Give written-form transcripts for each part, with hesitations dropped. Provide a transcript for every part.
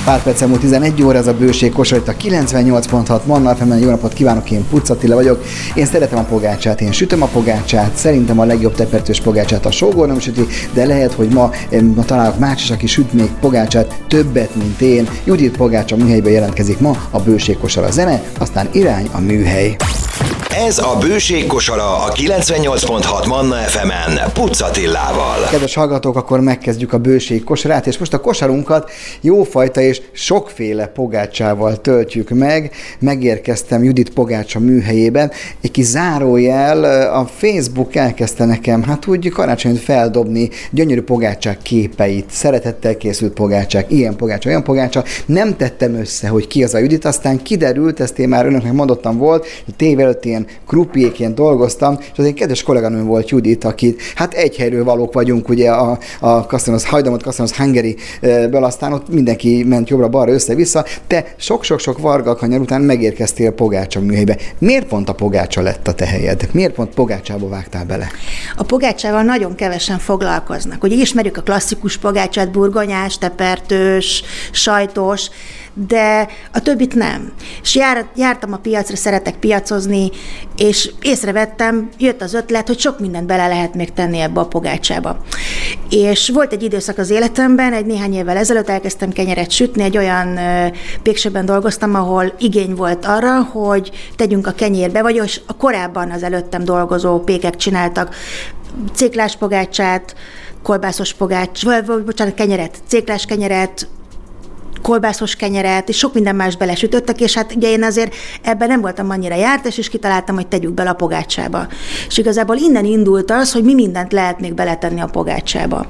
Pár perc múlt 11 óra, ez a bőség kosar, itt a 98.6 Manna FM-en. Jó napot kívánok, én Pucz Attila vagyok. Én szeretem a pogácsát, én sütöm a pogácsát, szerintem a legjobb tepertős pogácsát a sógornom süti, de lehet, hogy ma találok más is, aki süt még pogácsát többet, mint én. Judit Pogácsa műhelyben jelentkezik ma, a bőség kosar a zene, aztán irány a műhely. Ez a bőség kosara a 98.6 Manna FM-en Pucz Attilával. Kedves hallgatók, akkor megkezdjük a bőség kosarát, és most a kosarunkat jófajta és sokféle pogácsával töltjük meg. Megérkeztem Judit Pogácsa műhelyében. Egy kis zárójel, a Facebook elkezdte nekem, úgy karácsonyot feldobni gyönyörű pogácsák képeit, szeretettel készült pogácsák, ilyen pogácsa, olyan pogácsa. Nem tettem össze, hogy ki az a Judit, aztán kiderült, ezt én már önöknek mondottam volt, hogy tévé előtt ilyen krupiéként dolgoztam, és az egy kedves kolléganőm volt, Judit, akit egy helyről valók vagyunk, ugye a Hajdamot Customs Hungary-ből, aztán ott mindenki ment jobbra-balra, össze-vissza. Te sok-sok-sok vargalkanyar után megérkeztél Pogácsa műhelybe. Miért pont a pogácsa lett a te helyed? Miért pont pogácsába vágtál bele? A pogácsával nagyon kevesen foglalkoznak. Ugye ismerjük a klasszikus pogácsát, burgonyás, tepertős, sajtos, de a többit nem. És jártam a piacra, szeretek piacozni, és észrevettem, jött az ötlet, hogy sok mindent bele lehet még tenni ebbe a pogácsába. És volt egy időszak az életemben, néhány évvel ezelőtt elkezdtem kenyeret sütni, egy olyan péksőben dolgoztam, ahol igény volt arra, hogy tegyünk a kenyérbe, vagy a korábban az előttem dolgozó pékek csináltak céklás pogácsát, kolbászos kenyeret, céklás kenyeret, kolbászos kenyeret, és sok minden más belesütöttek, és ugye én azért ebben nem voltam annyira jártas, és kitaláltam, hogy tegyük bele a pogácsába. És igazából innen indult az, hogy mi mindent lehet még beletenni a pogácsába.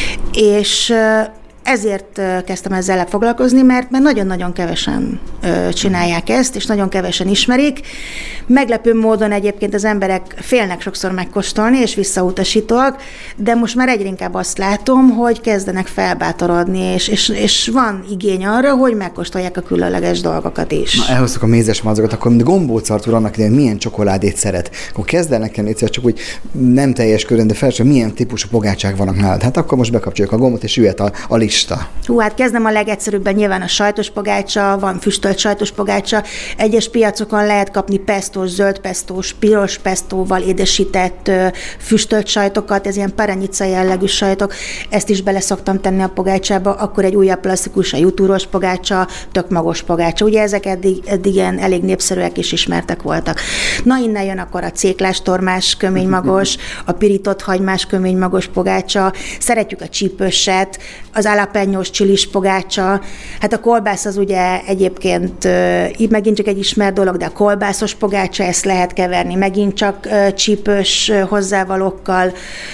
És ezért kezdtem ezzel foglalkozni, mert nagyon-nagyon kevesen csinálják ezt, és nagyon kevesen ismerik. Meglepő módon egyébként az emberek félnek sokszor megkóstolni, és visszautasítóak, de most már egyre inkább azt látom, hogy kezdenek felbátorodni, és van igény arra, hogy megkóstolják a különleges dolgokat is. Na, elhoztuk a mézes mazokat, akkor mint Gombóc Artúr annak idején milyen csokoládét szeret? Akkor kezd el nekem egyszer csak úgy nem teljes körön, de felső, milyen típusú pogácsák vannak nálad? Hát akkor most bekapcsoljuk a gombot, és jöhet a lista. Kezdem a legegyszerűbben, nyilván a sajtos pogácsa, van füstölt sajtos pogácsa. Egyes piacokon lehet kapni pesztós, zöld pesztós, piros pesztóval édesített füstölt sajtokat, ez ilyen paranyica jellegű sajtok, ezt is bele szoktam tenni a pogácsába, akkor egy újabb klasszikus, a jutúros pogácsa, tökmagos pogácsa. Ugye ezek eddig ilyen elég népszerűek és ismertek voltak. Na, innen jön akkor a céklás tormás köménymagos, a pirított hagymás köménymagos pogácsa, szeretjük a csípőset, az jalapeno-s csilis pogácsa. Hát a kolbász az ugye egyébként megint csak egy ismert dolog, de a kolbászos pogácsa, ezt lehet keverni megint csak csípős hozzávalókkal.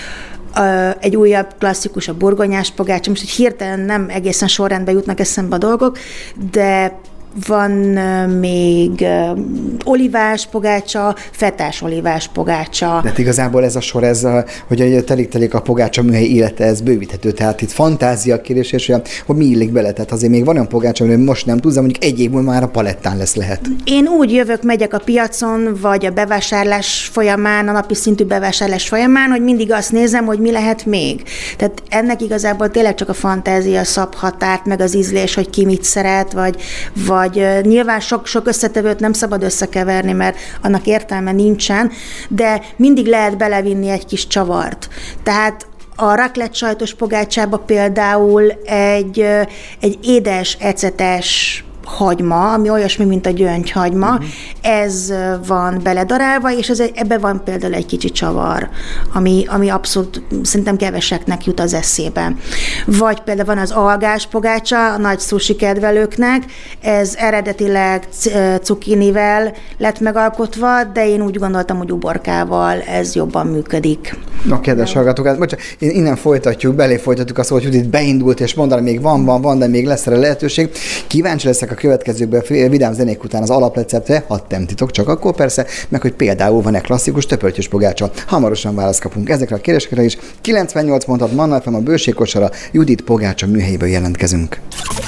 Egy újabb klasszikus, a burgonyás pogácsa. Most hirtelen nem egészen sorrendben jutnak eszembe a dolgok, de van még olivás pogácsa, fetás olivás pogácsa. De igazából ez a sor, hogy telik a pogácsa műhely élete, ez bővíthető. Tehát itt fantázia kérdés, és hogy mi illik bele. Tehát azért még van olyan pogácsa, amiről most nem tudsz, de mondjuk egy év múlva már a palettán lehet. Én úgy megyek a piacon, vagy a bevásárlás folyamán, a napi szintű bevásárlás folyamán, hogy mindig azt nézem, hogy mi lehet még. Tehát ennek igazából tényleg csak a fantázia szab határt, meg az ízlés, hogy ki mit szeret, vagy nyilván sok összetevőt nem szabad összekeverni, mert annak értelme nincsen, de mindig lehet belevinni egy kis csavart. Tehát a raclette sajtos pogácsába például egy édes, ecetes hagyma, ami olyasmi, mint a gyöngyhagyma, ez van beledarálva, és ebbe van például egy kicsi csavar, ami abszolút szerintem keveseknek jut az eszébe. Vagy például van az algás pogácsa a nagy sushi kedvelőknek, ez eredetileg cukinivel lett megalkotva, de én úgy gondoltam, hogy uborkával ez jobban működik. Na, kedves hallgatók, innen folytatjuk azt, hogy Judit beindult, és mondaná, még van, de még lesz erre lehetőség. Kíváncsi leszek a következőkben vidám zenék után az alapreceptre, ha nem titok, csak akkor persze, meg hogy például van-e klasszikus töpörtyös pogácsa. Hamarosan választ kapunk ezekre a kérdésekre is. 98 Manna FM, a bőség kosara, Judit Pogácsa műhelyéből jelentkezünk.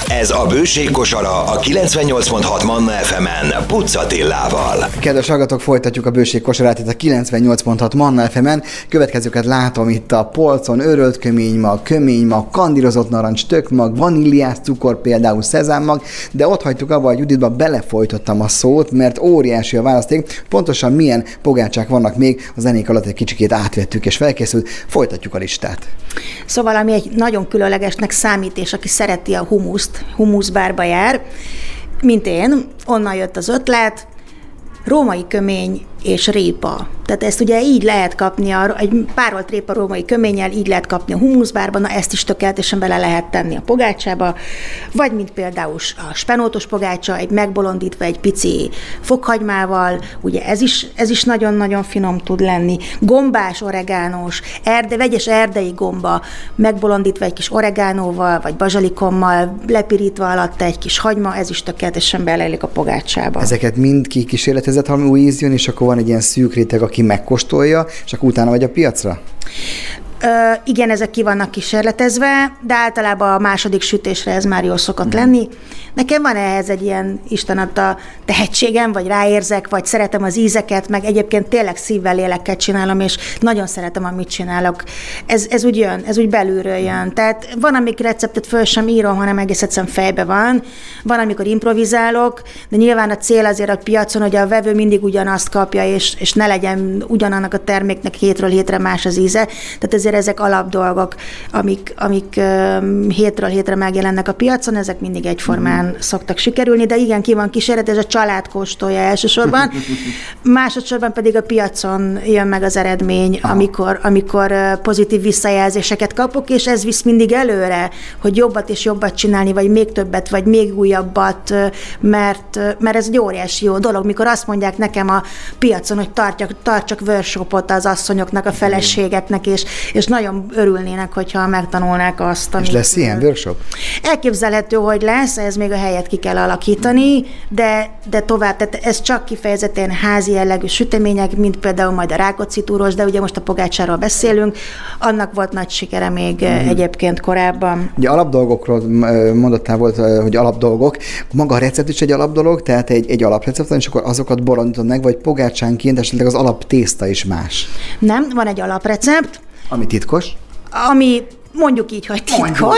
Ez a Bőség kosara a 98.6 Manna FM-en Pucz Attilával. Kedves hallgatók, folytatjuk a Bőség kosarát itt a 98.6 Manna FM-en. Következőket látom itt a polcon: örölt köménymag, kandírozott narancs, tökmag, vaníliás cukor, például szezámmag, de ott hagytuk abba, hogy Juditba belefolytottam a szót, mert óriási a választék. Pontosan milyen pogácsák vannak még, a zenék alatt egy kicsikét átvettük és felkészült. Folytatjuk a listát. Szóval ami egy nagyon különlegesnek számít, és aki szereti a humuszbárba jár, mint én, onnan jött az ötlet, római kömény és répa. Tehát ezt ugye így lehet kapni, egy párolt répa római köménnyel így lehet kapni a humuszbárban, na ezt is tökéletesen bele lehet tenni a pogácsába, vagy mint például a spenótos pogácsa, egy megbolondítva egy pici fokhagymával, ugye ez is nagyon-nagyon finom tud lenni. Gombás, oregánós, vegyes erdei gomba, megbolondítva egy kis oregánóval, vagy bazsalikommal, lepirítva alatta egy kis hagyma, ez is tökéletesen beleillik a pogácsába. Ezeket mind kikísérletezett, ha új íz jön, és akkor van egy ilyen szűk réteg, aki megkóstolja, és akkor utána vagy a piacra? Igen, ezek ki vannak kísérletezve, de általában a második sütésre ez már jól szokott lenni. Nekem van ehhez egy ilyen Isten adta tehetségem, vagy ráérzek, vagy szeretem az ízeket, meg egyébként tényleg szívvel, lélekkel csinálom, és nagyon szeretem, amit csinálok. Ez úgy jön, ez úgy belülről jön. Tehát van, amik receptet föl sem írom, hanem egész egyszerűen fejbe van. Van, amikor improvizálok, de nyilván a cél azért a piacon, hogy a vevő mindig ugyanazt kapja, és ne legyen ugyanannak a terméknek hétről hétre más az íze. Tehát ezért ezek alapdolgok, amik hétről hétre megjelennek a piacon, ezek mindig egyformán szoktak sikerülni, de igen, ki van kísérlet, ez a család kóstolja elsősorban. Másodszorban pedig a piacon jön meg az eredmény, amikor pozitív visszajelzéseket kapok, és ez visz mindig előre, hogy jobbat és jobbat csinálni, vagy még többet, vagy még újabbat, mert ez egy óriási jó dolog, mikor azt mondják nekem a piacon, hogy tartsak workshopot az asszonyoknak, a feleségeknek, és nagyon örülnének, hogyha megtanulnák azt. És lesz ilyen workshop? Elképzelhető, hogy lesz, ez még a helyet ki kell alakítani, de tovább, tehát ez csak kifejezetten házi jellegű sütemények, mint például majd a Rákóczi túros, de ugye most a pogácsáról beszélünk, annak volt nagy sikere még egyébként korábban. Ugye alapdolgokról mondottál volt, hogy alapdolgok. Maga a recept is egy alapdolog, tehát egy alaprecept, és akkor azokat bolondítod meg, vagy pogácsánként esetleg az alaptészta is más? Nem, van egy alaprecept. Ami titkos? Ami mondjuk így, hogy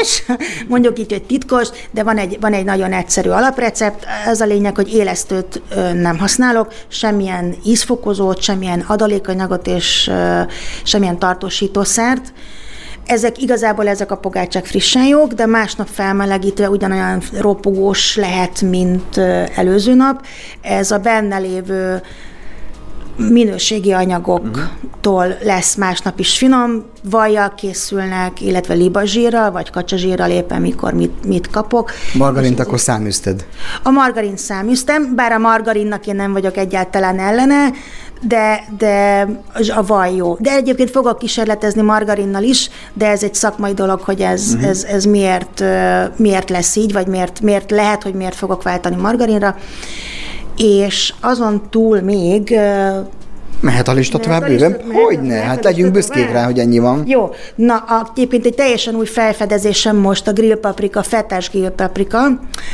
titkos, de van egy nagyon egyszerű alaprecept. Ez a lényeg, hogy élesztőt nem használok, semmilyen ízfokozót, semmilyen adalékanyagot és semmilyen tartósítószert. Igazából ezek a pogácsák frissen jók, de másnap felmelegítve ugyanolyan ropogós lehet, mint előző nap. Ez a benne lévő minőségi anyagoktól lesz másnap is finom, vajjal készülnek, illetve libazsírral, vagy kacsazsírral éppen mikor mit kapok. Margarint akkor száműzted? A margarint száműztem, bár a margarinnak én nem vagyok egyáltalán ellene, de a vaj jó. De egyébként fogok kísérletezni margarinnal is, de ez egy szakmai dolog, hogy ez miért lesz így, vagy miért lehet, hogy miért fogok váltani margarinra. És azon túl még... Mehet a lista tovább bőven? Hogyne, hát legyünk büszkék rá, hogy ennyi van. Jó, egyébként egy teljesen új felfedezésem most a grillpaprika, fetás grillpaprika,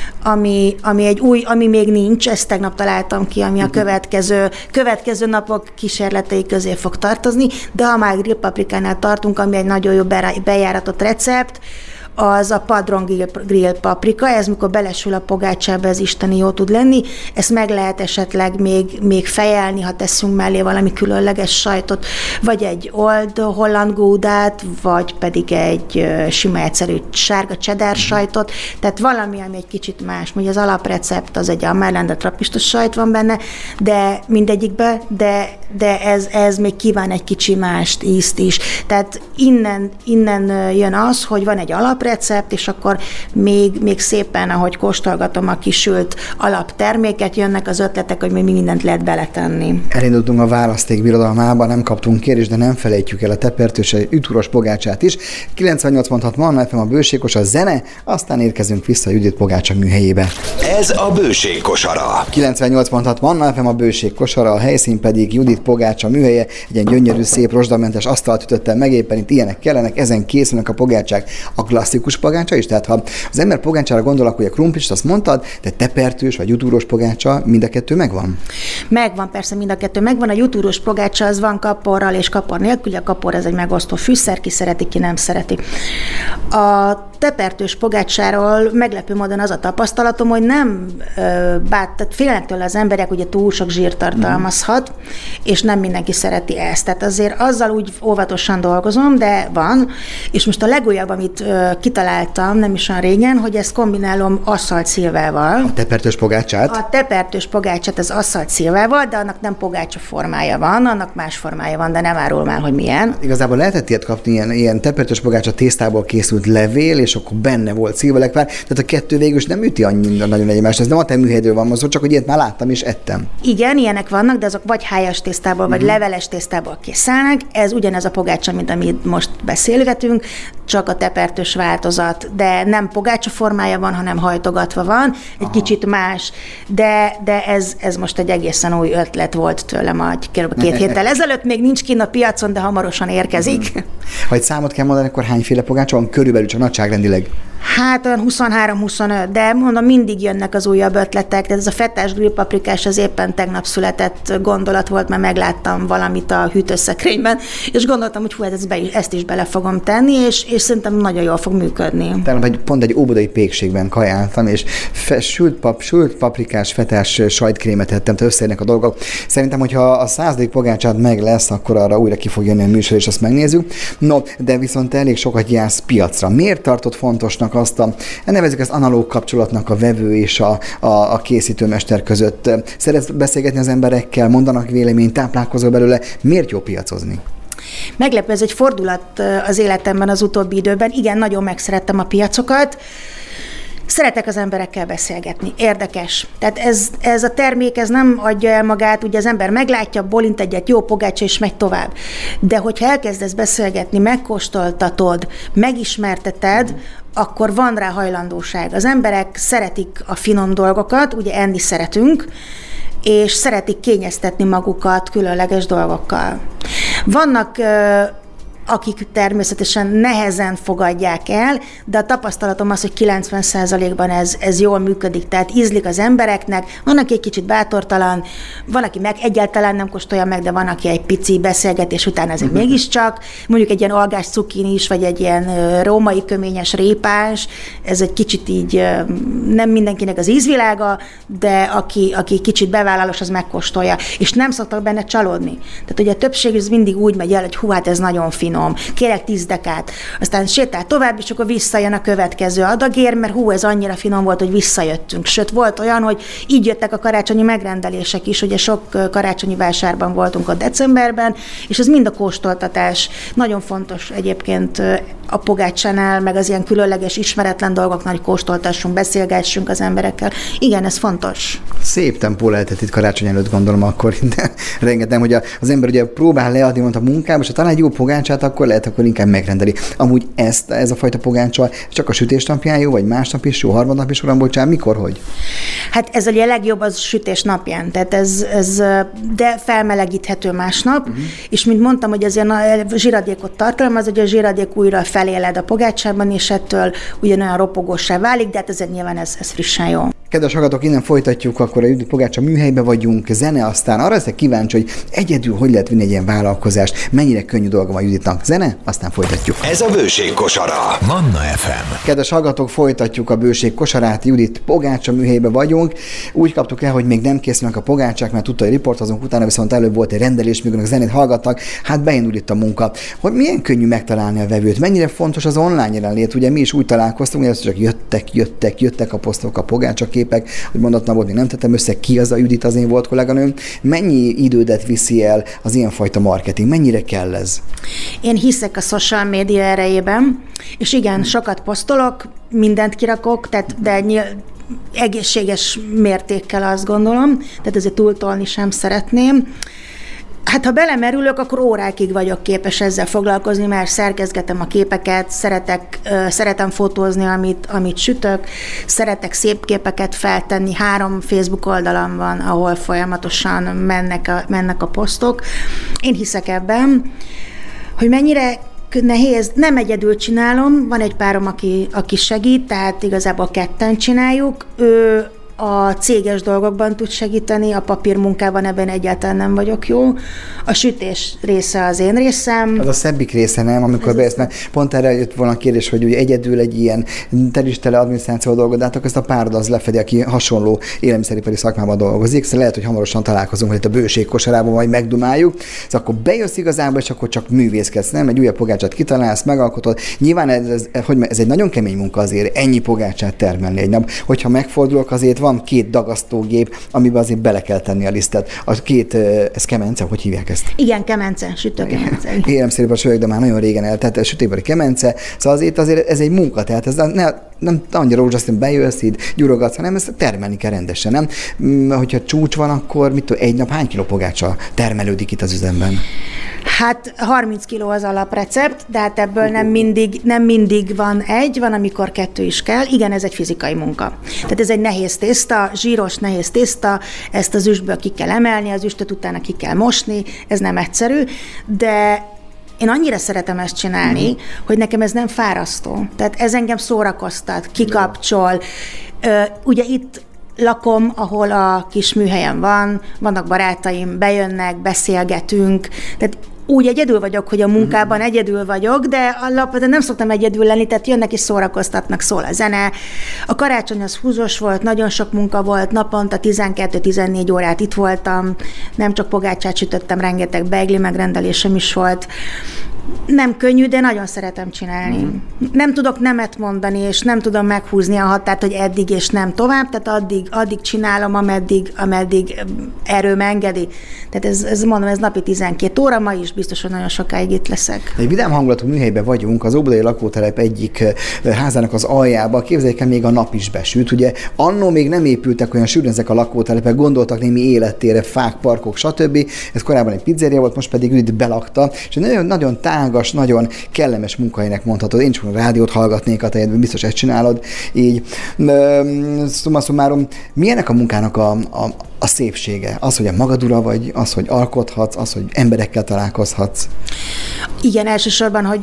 ami még nincs, ezt tegnap találtam ki, ami a következő napok kísérletei közé fog tartozni, de ha már grillpaprikánál tartunk, ami egy nagyon jó bejáratott recept, az a padron grill paprika, ez mikor belesül a pogácsába, ez isteni jó tud lenni. Ezt meg lehet esetleg még fejelni, ha teszünk mellé valami különleges sajtot, vagy egy old holland gúdát, vagy pedig egy sima egyszerű sárga cheddar sajtot, tehát valami, ami egy kicsit más. Ugye az alaprecept az egy Ammerlander trappistos sajt van benne, de mindegyikben, de ez még kíván egy kicsi mást, ízt is. Tehát innen jön az, hogy van egy alaprecept, és akkor még szépen, ahogy kóstolgatom a kisült alapterméket, jönnek az ötletek, hogy mi mindent lehet beletenni. Elindultunk a választék birodalmába, nem kaptunk kérdést, de nem felejtjük el a tepertős, ütúros pogácsát is. 98.6 Manna FM, a bőségkos, a zene, aztán érkezünk vissza Judit pogácsa műhelyébe. Ez a Bőség kosara. 98.6 Manna FM, a bőség kosara, a helyszín pedig Judit pogácsa műhelye. Egy ilyen gyönyörű, szép rozsdamentes asztalt ütöttem meg, éppen itt ilyenek kellenek, ezen készülnek a pogácsák, a klasszikus klasszikus pogácsa is? Tehát ha az ember pogácsára gondol, akkor a krumplis, azt mondtad, de tepertős vagy jutúros pogácsa, mind a kettő megvan? Megvan, persze mind a kettő megvan. A jutúros pogácsa az van kaporral és kapor nélkül. A kapor ez egy megosztó fűszer, ki szereti, ki nem szereti. A tepertős pogácsáról meglepő módon az a tapasztalatom, hogy nem tehát félnek tőle az emberek, ugye túl sok zsírt tartalmazhat, és nem mindenki szereti ezt. Tehát azért azzal úgy óvatosan dolgozom, de van, és most a legújabb, amit kitaláltam, nem is olyan régen, hogy ezt kombinálom asszalt szilvával. A tepertős pogácsát? A tepertős pogácsát az asszalt szilvával, de annak nem pogácsa formája van, annak más formája van, de nem árulom el, hogy milyen. Igazából lehetett ilyet kapni, ilyen tepertős pogácsa tésztából készült levél, és akkor benne volt szilvalekvár, tehát a kettő végül is nem üti annyira nagyon egymást. Ez nem a te műhelyedről van szó, csak hogy ilyet már láttam és ettem. Igen, ilyenek vannak, de azok vagy hájas tésztából, vagy leveles tésztából készülnek. Ez ugyanez a pogácsa, mint amit most beszélgetünk, csak a tepertős változat, de nem pogácsa formája van, hanem hajtogatva van, egy kicsit más, de ez most egy egészen új ötlet volt tőlem, kb. 2 héttel ezelőtt, még nincs kint a piacon, de hamarosan érkezik. Ha egy számot kell mondani, akkor hányféle pogácsa van körülbelül, csak nagyságrendileg? Hát olyan 23-25, de mondom, mindig jönnek az újabb ötletek, tehát ez a fetás grillpaprikás az éppen tegnap született gondolat volt, mert megláttam valamit a hűtőszekrényben, és gondoltam, hogy ezt is bele fogom tenni, és szerintem nagyon jól fog működni. Tegnap pont egy óbudai pékségben kajáltam, és sült paprikás fetás sajtkrémet ettem, te összeérnek a dolgok. Szerintem, hogyha a 100. pogácsát meg lesz, akkor arra újra ki fog jönni a műsor, és azt megnézzük. No, de viszont elég sokat jársz piacra. Miért tartott fontosnak azt nevezzük ezt analóg kapcsolatnak a vevő és a készítőmester között? Szeretsz beszélgetni az emberekkel, mondanak véleményt, táplálkozol belőle. Miért jó piacozni? Meglepő, ez egy fordulat az életemben az utóbbi időben. Igen, nagyon megszerettem a piacokat. Szeretek az emberekkel beszélgetni. Érdekes. Tehát ez a termék, ez nem adja el magát, ugye az ember meglátja, bolint egyet, jó pogácsa, és megy tovább. De hogyha elkezdesz beszélgetni, megkóstoltatod, megismerteted, akkor van rá hajlandóság. Az emberek szeretik a finom dolgokat, ugye enni szeretünk, és szeretik kényeztetni magukat különleges dolgokkal. Vannak akik természetesen nehezen fogadják el, de a tapasztalatom az, hogy 90%-ban ez jól működik, tehát ízlik az embereknek, van, aki egy kicsit bátortalan, van, aki meg egyáltalán nem kóstolja meg, de van, aki egy pici beszélgetés után azért mégiscsak, mondjuk egy ilyen algás cukini is, vagy egy ilyen római köményes répás, ez egy kicsit így nem mindenkinek az ízvilága, de aki kicsit bevállalós, az megkóstolja, és nem szoktak benne csalódni. Tehát ugye a többség ez mindig úgy megy el, hogy hú, hát ez nagyon finom, kérek 10 dekát, aztán sétál tovább, és akkor visszajön a következő adagér, mert hú, ez annyira finom volt, hogy visszajöttünk. Sőt, volt olyan, hogy így jöttek a karácsonyi megrendelések is, ugye sok karácsonyi vásárban voltunk ott decemberben, és ez mind a kóstoltatás. Nagyon fontos egyébként a pogácsánál, meg az ilyen különleges, ismeretlen dolgoknál, hogy kóstoltassunk, beszélgessünk az emberekkel. Igen, ez fontos. Szép tempó lehetett itt karácsony előtt, gondolom akkor, de rengeteg, hogy az ember ugye próbál leadni a munkába, és ha talán egy jó pogácsát, akkor lehet, akkor inkább megrendeli. Amúgy ez a fajta pogácsa csak a sütésnapján jó, vagy másnap is jó, harmadnap is, uram, bocsánat, mikor, hogy? Hát ez ugye a legjobb az sütésnapján, tehát ez de felmelegíthető másnap, és mint mondtam, hogy azért a zsíradékot tartalmaz, hogy a zsíradék újra feléled a pogácsában, és ettől ugyanolyan ropogósá válik, de hát ezért nyilván ez frissen jó. Kedves hallgatók, innen folytatjuk, akkor a Judit Pogácsa műhelyben vagyunk, zene, aztán arra leszek kíváncsi, hogy egyedül hogy lehet vinni egy ilyen vállalkozást, mennyire könnyű dolga van Juditnak. Zene, aztán folytatjuk. Ez a Bőség kosara. Manna FM. Kedves hallgatók, folytatjuk a Bőség kosarát, Judit Pogácsa műhelyben vagyunk. Úgy kaptuk el, hogy még nem készülnek a pogácsák, mert tudta, hogy riportozunk, utána viszont előbb volt egy rendelés, mikor a zenét hallgattak, hát beindul itt a munka. Hogy milyen könnyű megtalálni a vevőt, mennyire fontos az online jelenlét, ugye mi is úgy találkoztunk, hogy csak jöttek a posztok, a pogácsa képek, hogy mondatlan volt, még nem tettem össze, ki az a Judit, az én volt kolléganőm. Mennyi idődet viszi el az ilyenfajta marketing? Mennyire kell ez? Én hiszek a social média erejében, és igen, sokat posztolok, mindent kirakok, de egészséges mértékkel azt gondolom, tehát ezért túltolni sem szeretném. Hát ha belemerülök, akkor órákig vagyok képes ezzel foglalkozni, mert szerkezgetem a képeket, szeretem fotózni, amit sütök, szeretek szép képeket feltenni, 3 Facebook oldalam van, ahol folyamatosan mennek a posztok. Én hiszek ebben, hogy mennyire nehéz, nem egyedül csinálom, van egy párom, aki segít, tehát igazából ketten csináljuk. Ő a céges dolgokban tud segíteni, a papírmunkában ebben egyáltalán nem vagyok jó. A sütés része az én részem. Az a szebbik része, nem? Amikor mert pont erre jött volna a kérdés, hogy ugye egyedül egy ilyen tele adminisztráció dolgot, de hát ezt a párod az lefedi, aki hasonló élelmiszeripari szakmában dolgozik, szóval lehet, hogy hamarosan találkozunk, hogy itt a bőség kosarában majd megdumáljuk. Szóval akkor bejössz igazából, és akkor csak művészkedsz, nem? Egy újabb pogácsát kitalálsz, megalkotod. Nyilván ez egy nagyon kemény munka azért, ennyi pogácsát termelni egy nap. Hogyha megfordulok, azért van 2 dagasztógép, amiben azért bele kell tenni a lisztet. A 2, ez kemence, hogy hívják ezt? Igen, kemence, sütőkemence. Élelmiszeripar sőleg, de már nagyon régen tehát sütőipari kemence, szóval azért ez egy munka, tehát ez nem annyira rózsaszín bejössz, így gyurogatsz, hanem ezt termelni kell rendesen, nem? Hogyha csúcs van, akkor egy nap hány kiló pogácsa termelődik itt az üzemben? Hát 30 kiló az alaprecept, de hát ebből nem mindig van egy, van, amikor 2 is kell. Igen, ez egy fizikai munka. Tehát ez egy nehéz tészta, zsíros, nehéz tészta, ezt az üstből ki kell emelni, az üstöt utána ki kell mosni, ez nem egyszerű, de én annyira szeretem ezt csinálni, hogy nekem ez nem fárasztó. Tehát ez engem szórakoztat, kikapcsol. Ugye itt lakom, ahol a kis műhelyem van, vannak barátaim, bejönnek, beszélgetünk, tehát úgy egyedül vagyok, hogy a munkában egyedül vagyok, de alapvetően nem szoktam egyedül lenni, tehát jönnek és szórakoztatnak, szól a zene. A karácsony az húzós volt, nagyon sok munka volt, naponta 12-14 órát itt voltam, nem csak pogácsát sütöttem, rengeteg beigli megrendelésem is volt. Nem könnyű, de nagyon szeretem csinálni. Nem tudok nemet mondani, és nem tudom meghúzni a határt, hogy eddig és nem tovább, tehát addig csinálom, ameddig erőm engedi. Tehát ez mondom, ez napi 12 óra, ma is biztos, hogy nagyon sokáig itt leszek. Egy vidám hangulatú műhelyben vagyunk, az óbudai lakótelep egyik házának az aljába. Képzeljék el, még a nap is besüt. Ugye annó még nem épültek olyan sűrűn ezek a lakótelepek, gondoltak némi élettére, fák, parkok, stb. Ez korábban egy pizzeria volt, most pedig itt belakta, és nagyon tágas, nagyon kellemes munkahelynek mondhatod. Én csak a rádiót hallgatnék, a tejedben biztos ezt csinálod. Így, summa summarum, milyenek a munkának a szépsége? Az, hogy a magad ura vagy, az, hogy alkothatsz, az, hogy emberekkel találkozhatsz? Igen, elsősorban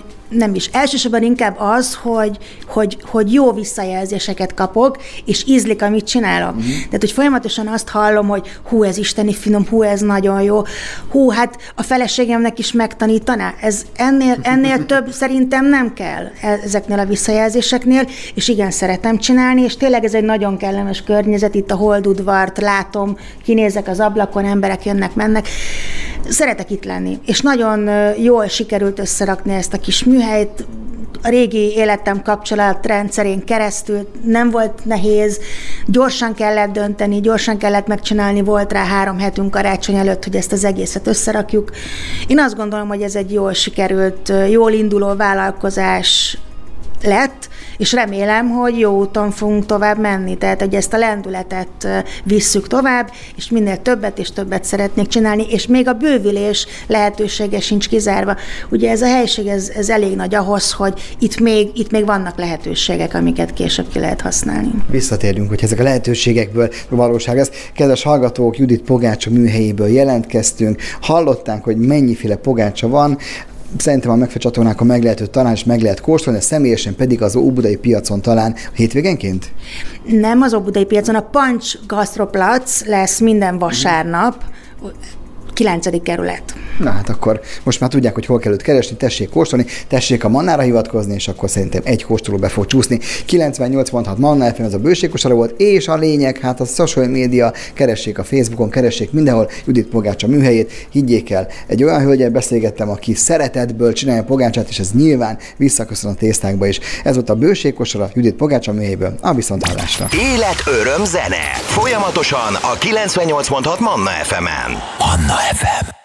inkább az, hogy jó visszajelzéseket kapok, és ízlik, amit csinálok. Tehát, hogy folyamatosan azt hallom, hogy hú, ez isteni finom, hú, ez nagyon jó, hú, hát a feleségemnek is megtanítaná. Ez ennél több szerintem nem kell ezeknél a visszajelzéseknél, és igen, szeretem csinálni, és tényleg ez egy nagyon kellemes környezet, itt a Holdudvart látom, kinézek az ablakon, emberek jönnek, mennek. Szeretek itt lenni, és nagyon jól sikerült összerakni ezt a kis műhelyt. A régi életem kapcsolatrendszerén keresztül nem volt nehéz, gyorsan kellett dönteni, gyorsan kellett megcsinálni, volt rá 3 hetünk karácsony előtt, hogy ezt az egészet összerakjuk. Én azt gondolom, hogy ez egy jól sikerült, jól induló vállalkozás lett, és remélem, hogy jó úton fogunk tovább menni, tehát hogy ezt a lendületet visszük tovább, és minél többet és többet szeretnék csinálni, és még a bővülés lehetősége sincs kizárva. Ugye ez a helység, ez elég nagy ahhoz, hogy itt még vannak lehetőségek, amiket később ki lehet használni. Visszatérjünk, hogy ezek a lehetőségekből valóság lesz. Kedves hallgatók, Judit pogácsa műhelyéből jelentkeztünk, hallották, hogy mennyiféle pogácsa van. Szerintem a Megfe csatornákon meg lehet találni, és meg lehet kóstolni, de személyesen pedig az óbudai piacon talán hétvégenként? Nem az óbudai piacon, a Pancs Gasztroplatz lesz minden vasárnap, 9. kerület. Na hát akkor most már tudják, hogy hol kell őt keresni, tessék kóstolni, tessék a Mannára hivatkozni, és akkor szerintem egy kóstoló be fog csúszni. 98.6 Manna FM, ez a bőségkosara volt, és a lényeg, hát a social media, keressék a Facebookon, keressék mindenhol Judit pogácsa műhelyét. Higgyék el, egy olyan hölgyel beszélgettem, aki szeretetből csinálja a pogácsát, és ez nyilván visszaköszön a tésztákba is. Ez volt a bőségkosara Judit pogácsa műhelyéből, a viszonthallásra. Élet, öröm, zene. Folyamatosan a 98.6 Manna FM-en. Manna FM.